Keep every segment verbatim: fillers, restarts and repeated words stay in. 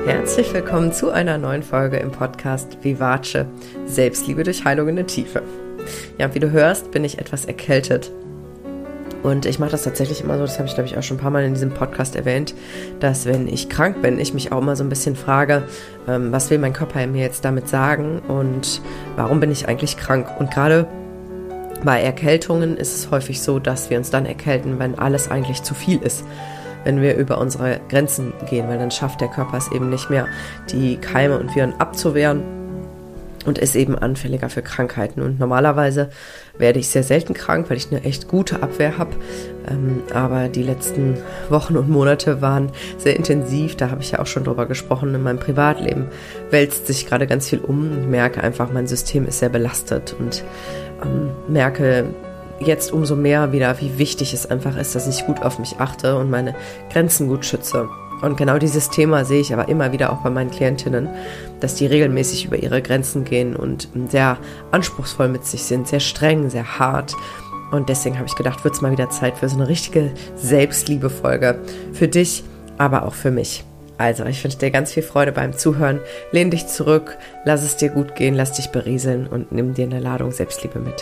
Herzlich willkommen zu einer neuen Folge im Podcast Vivace, Selbstliebe durch Heilung in der Tiefe. Ja, wie du hörst, bin ich etwas erkältet. Und ich mache das tatsächlich immer so, das habe ich glaube ich auch schon ein paar Mal in diesem Podcast erwähnt, dass wenn ich krank bin, ich mich auch mal so ein bisschen frage, ähm, was will mein Körper mir jetzt damit sagen und warum bin ich eigentlich krank? Und gerade bei Erkältungen ist es häufig so, dass wir uns dann erkälten, wenn alles eigentlich zu viel ist. Wenn wir über unsere Grenzen gehen, weil dann schafft der Körper es eben nicht mehr, die Keime und Viren abzuwehren und ist eben anfälliger für Krankheiten. Und normalerweise werde ich sehr selten krank, weil ich eine echt gute Abwehr habe. Ähm, aber die letzten Wochen und Monate waren sehr intensiv. Da habe ich ja auch schon drüber gesprochen. In meinem Privatleben wälzt sich gerade ganz viel um. Ich merke einfach, mein System ist sehr belastet und ähm, merke jetzt umso mehr wieder, wie wichtig es einfach ist, dass ich gut auf mich achte und meine Grenzen gut schütze. Und genau dieses Thema sehe ich aber immer wieder auch bei meinen Klientinnen, dass die regelmäßig über ihre Grenzen gehen und sehr anspruchsvoll mit sich sind, sehr streng, sehr hart. Und deswegen habe ich gedacht, wird es mal wieder Zeit für so eine richtige Selbstliebe-Folge. Für dich, aber auch für mich. Also, ich wünsche dir ganz viel Freude beim Zuhören. Lehn dich zurück, lass es dir gut gehen, lass dich berieseln und nimm dir eine Ladung Selbstliebe mit.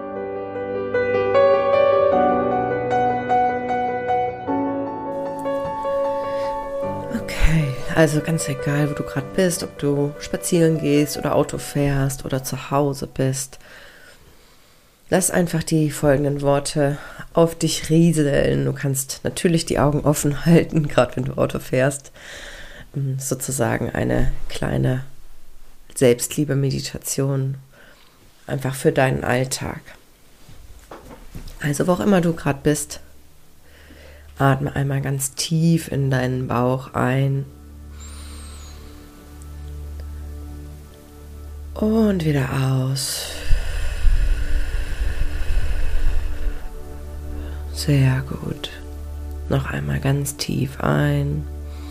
Also ganz egal, wo du gerade bist, ob du spazieren gehst oder Auto fährst oder zu Hause bist, lass einfach die folgenden Worte auf dich rieseln. Du kannst natürlich die Augen offen halten, gerade wenn du Auto fährst. Sozusagen eine kleine Selbstliebe-Meditation, einfach für deinen Alltag. Also wo auch immer du gerade bist, atme einmal ganz tief in deinen Bauch ein. Und wieder aus. Sehr gut. Noch einmal ganz tief ein.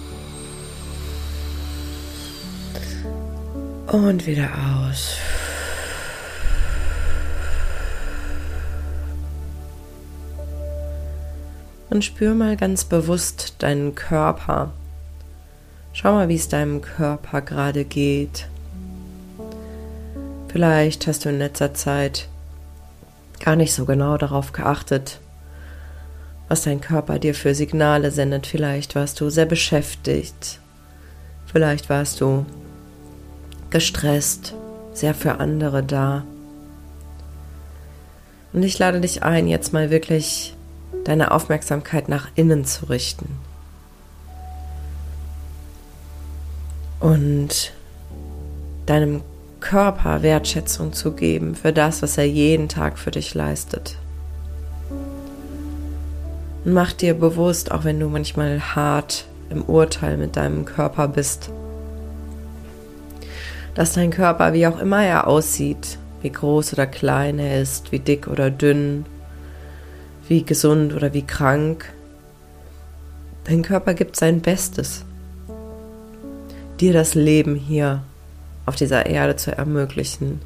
Und wieder aus. Und spür mal ganz bewusst deinen Körper. Schau mal, wie es deinem Körper gerade geht. Vielleicht hast du in letzter Zeit gar nicht so genau darauf geachtet, was dein Körper dir für Signale sendet. Vielleicht warst du sehr beschäftigt, vielleicht warst du gestresst, sehr für andere da. Und ich lade dich ein, jetzt mal wirklich deine Aufmerksamkeit nach innen zu richten. Und deinem Körper Wertschätzung zu geben für das, was er jeden Tag für dich leistet. Und mach dir bewusst, auch wenn du manchmal hart im Urteil mit deinem Körper bist, dass dein Körper, wie auch immer er aussieht, wie groß oder klein er ist, wie dick oder dünn, wie gesund oder wie krank, dein Körper gibt sein Bestes, dir das Leben hier auf dieser Erde zu ermöglichen,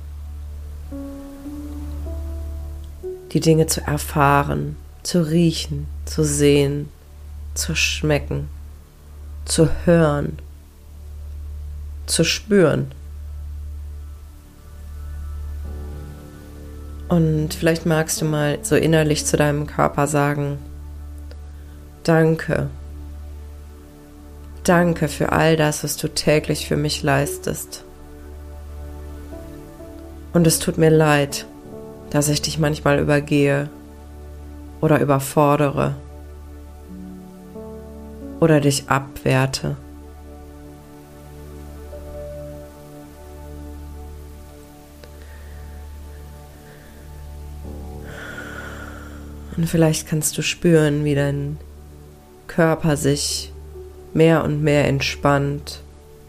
die Dinge zu erfahren, zu riechen, zu sehen, zu schmecken, zu hören, zu spüren. Und vielleicht magst du mal so innerlich zu deinem Körper sagen, danke, danke für all das, was du täglich für mich leistest. Und es tut mir leid, dass ich dich manchmal übergehe oder überfordere oder dich abwerte. Und vielleicht kannst du spüren, wie dein Körper sich mehr und mehr entspannt.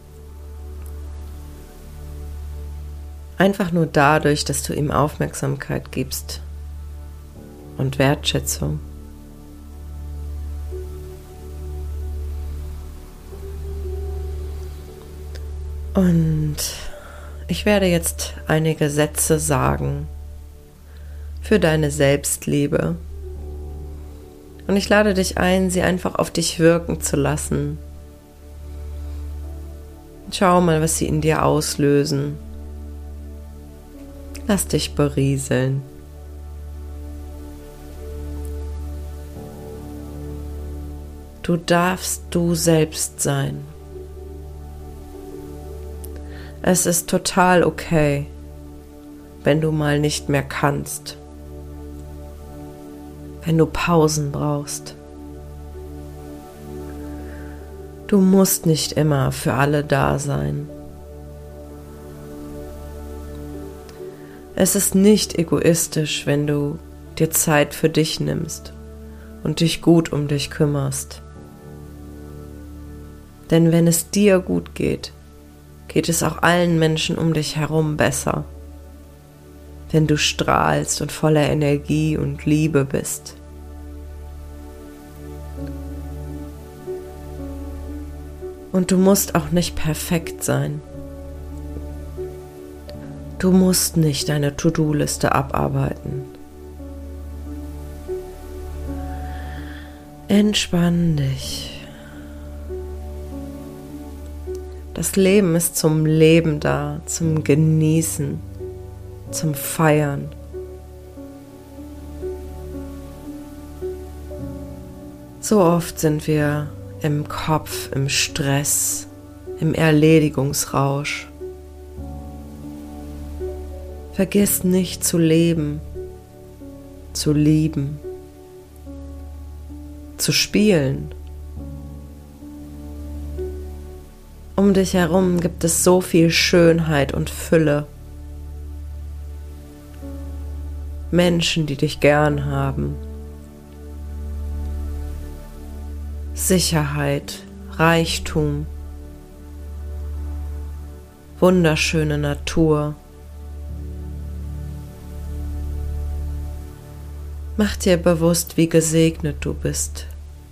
Einfach nur dadurch, dass du ihm Aufmerksamkeit gibst und Wertschätzung. Und ich werde jetzt einige Sätze sagen für deine Selbstliebe. Und ich lade dich ein, sie einfach auf dich wirken zu lassen. Schau mal, was sie in dir auslösen. Lass dich berieseln. Du darfst du selbst sein. Es ist total okay, wenn du mal nicht mehr kannst, wenn du Pausen brauchst. Du musst nicht immer für alle da sein. Es ist nicht egoistisch, wenn du dir Zeit für dich nimmst und dich gut um dich kümmerst. Denn wenn es dir gut geht, geht es auch allen Menschen um dich herum besser, wenn du strahlst und voller Energie und Liebe bist. Und du musst auch nicht perfekt sein. Du musst nicht deine To-Do-Liste abarbeiten. Entspann dich. Das Leben ist zum Leben da, zum Genießen, zum Feiern. So oft sind wir im Kopf, im Stress, im Erledigungsrausch. Vergiss nicht zu leben, zu lieben, zu spielen. Um dich herum gibt es so viel Schönheit und Fülle. Menschen, die dich gern haben. Sicherheit, Reichtum, wunderschöne Natur. Mach dir bewusst, wie gesegnet du bist.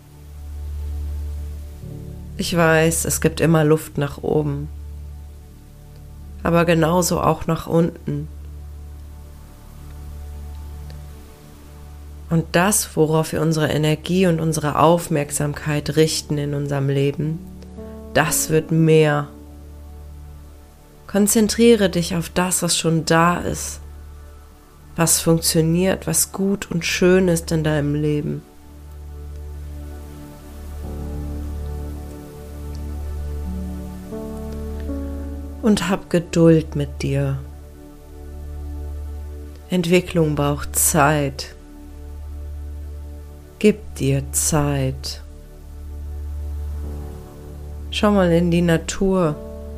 Ich weiß, es gibt immer Luft nach oben, aber genauso auch nach unten. Und das, worauf wir unsere Energie und unsere Aufmerksamkeit richten in unserem Leben, das wird mehr. Konzentriere dich auf das, was schon da ist, was funktioniert, was gut und schön ist in deinem Leben. Und hab Geduld mit dir. Entwicklung braucht Zeit. Gib dir Zeit. Schau mal in die Natur.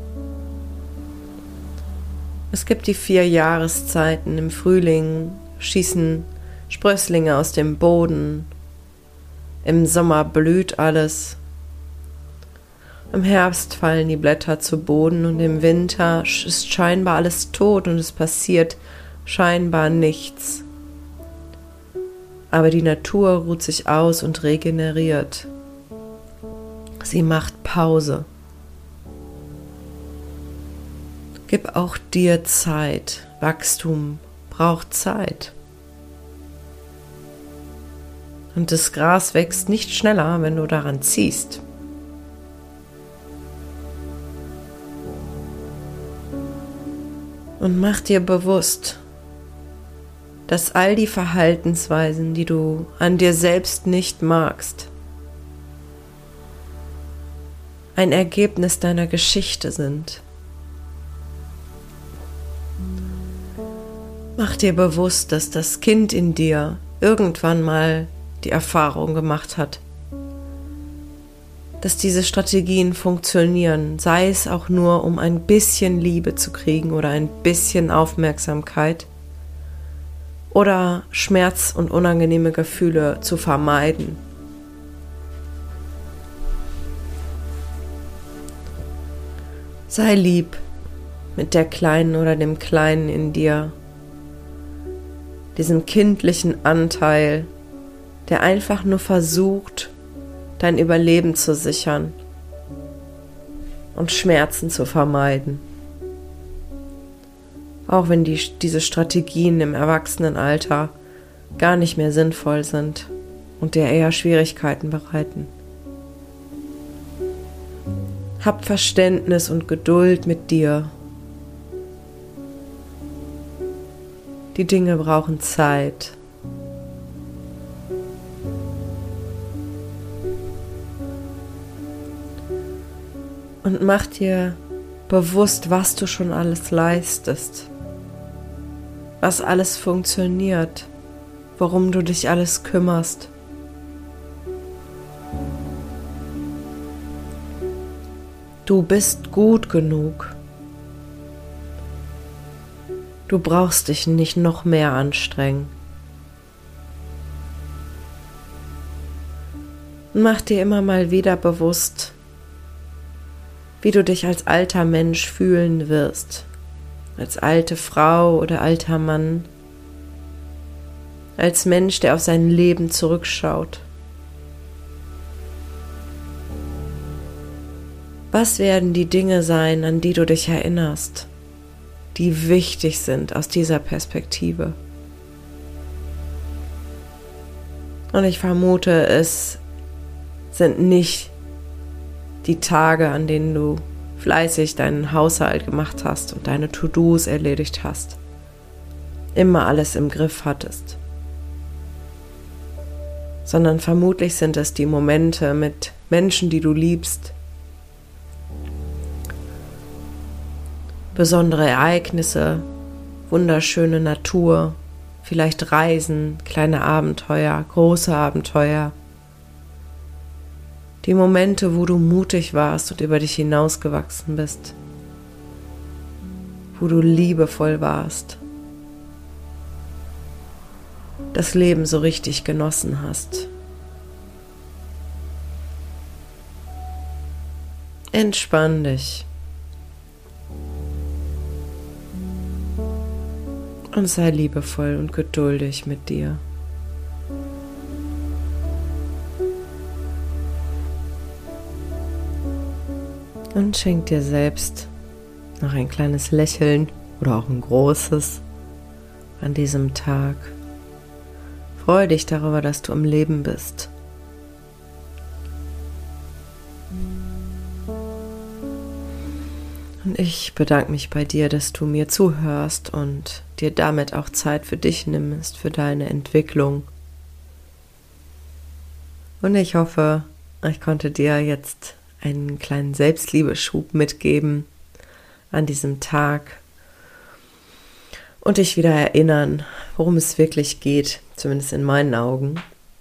Es gibt die vier Jahreszeiten. Im Frühling schießen Sprösslinge aus dem Boden. Im Sommer blüht alles. Im Herbst fallen die Blätter zu Boden und im Winter ist scheinbar alles tot und es passiert scheinbar nichts. Aber die Natur ruht sich aus und regeneriert. Sie macht Pause. Gib auch dir Zeit. Wachstum braucht Zeit. Und das Gras wächst nicht schneller, wenn du daran ziehst. Und mach dir bewusst, dass all die Verhaltensweisen, die du an dir selbst nicht magst, ein Ergebnis deiner Geschichte sind. Mach dir bewusst, dass das Kind in dir irgendwann mal die Erfahrung gemacht hat, dass diese Strategien funktionieren, sei es auch nur, um ein bisschen Liebe zu kriegen oder ein bisschen Aufmerksamkeit oder Schmerz und unangenehme Gefühle zu vermeiden. Sei lieb mit der Kleinen oder dem Kleinen in dir, diesem kindlichen Anteil, der einfach nur versucht, dein Überleben zu sichern und Schmerzen zu vermeiden. Auch wenn die, diese Strategien im Erwachsenenalter gar nicht mehr sinnvoll sind und dir eher Schwierigkeiten bereiten. Hab Verständnis und Geduld mit dir. Die Dinge brauchen Zeit. Und mach dir bewusst, was du schon alles leistest, was alles funktioniert, worum du dich alles kümmerst. Du bist gut genug. Du brauchst dich nicht noch mehr anstrengen. Mach dir immer mal wieder bewusst, wie du dich als alter Mensch fühlen wirst, als alte Frau oder alter Mann, als Mensch, der auf sein Leben zurückschaut. Was werden die Dinge sein, an die du dich erinnerst, die wichtig sind aus dieser Perspektive? Und ich vermute, es sind nicht die Tage, an denen du fleißig deinen Haushalt gemacht hast und deine To-Dos erledigt hast, immer alles im Griff hattest, sondern vermutlich sind es die Momente mit Menschen, die du liebst, besondere Ereignisse, wunderschöne Natur, vielleicht Reisen, kleine Abenteuer, große Abenteuer. Die Momente, wo du mutig warst und über dich hinausgewachsen bist, wo du liebevoll warst, das Leben so richtig genossen hast. Entspann dich und sei liebevoll und geduldig mit dir. Und schenk dir selbst noch ein kleines Lächeln oder auch ein großes an diesem Tag. Freue dich darüber, dass du am Leben bist. Und ich bedanke mich bei dir, dass du mir zuhörst und dir damit auch Zeit für dich nimmst, für deine Entwicklung. Und ich hoffe, ich konnte dir jetzt einen kleinen Selbstliebeschub mitgeben an diesem Tag und dich wieder erinnern, worum es wirklich geht, zumindest in meinen Augen.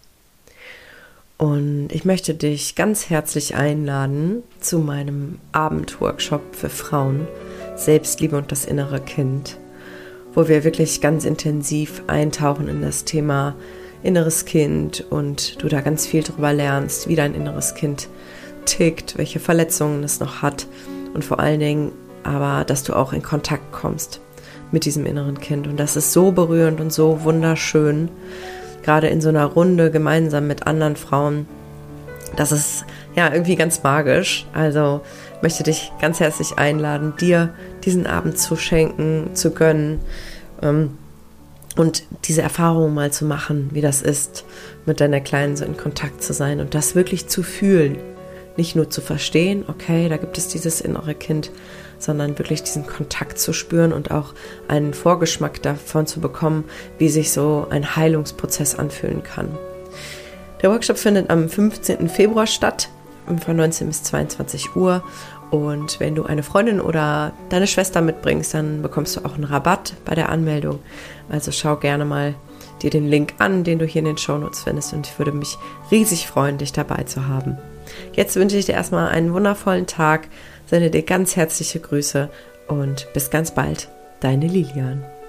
Und ich möchte dich ganz herzlich einladen zu meinem Abendworkshop für Frauen, Selbstliebe und das innere Kind, wo wir wirklich ganz intensiv eintauchen in das Thema inneres Kind und du da ganz viel drüber lernst, wie dein inneres Kind tickt, welche Verletzungen es noch hat und vor allen Dingen aber, dass du auch in Kontakt kommst mit diesem inneren Kind. Und das ist so berührend und so wunderschön, gerade in so einer Runde gemeinsam mit anderen Frauen. Das ist ja irgendwie ganz magisch. Also möchte dich ganz herzlich einladen, dir diesen Abend zu schenken, zu gönnen ähm, und diese Erfahrung mal zu machen, wie das ist, mit deiner Kleinen so in Kontakt zu sein und das wirklich zu fühlen. Nicht nur zu verstehen, okay, da gibt es dieses innere Kind, sondern wirklich diesen Kontakt zu spüren und auch einen Vorgeschmack davon zu bekommen, wie sich so ein Heilungsprozess anfühlen kann. Der Workshop findet am fünfzehnten Februar statt, von neunzehn bis zweiundzwanzig Uhr. Und wenn du eine Freundin oder deine Schwester mitbringst, dann bekommst du auch einen Rabatt bei der Anmeldung. Also schau gerne mal dir den Link an, den du hier in den Shownotes findest. Und ich würde mich riesig freuen, dich dabei zu haben. Jetzt wünsche ich dir erstmal einen wundervollen Tag, sende dir ganz herzliche Grüße und bis ganz bald, deine Lilian.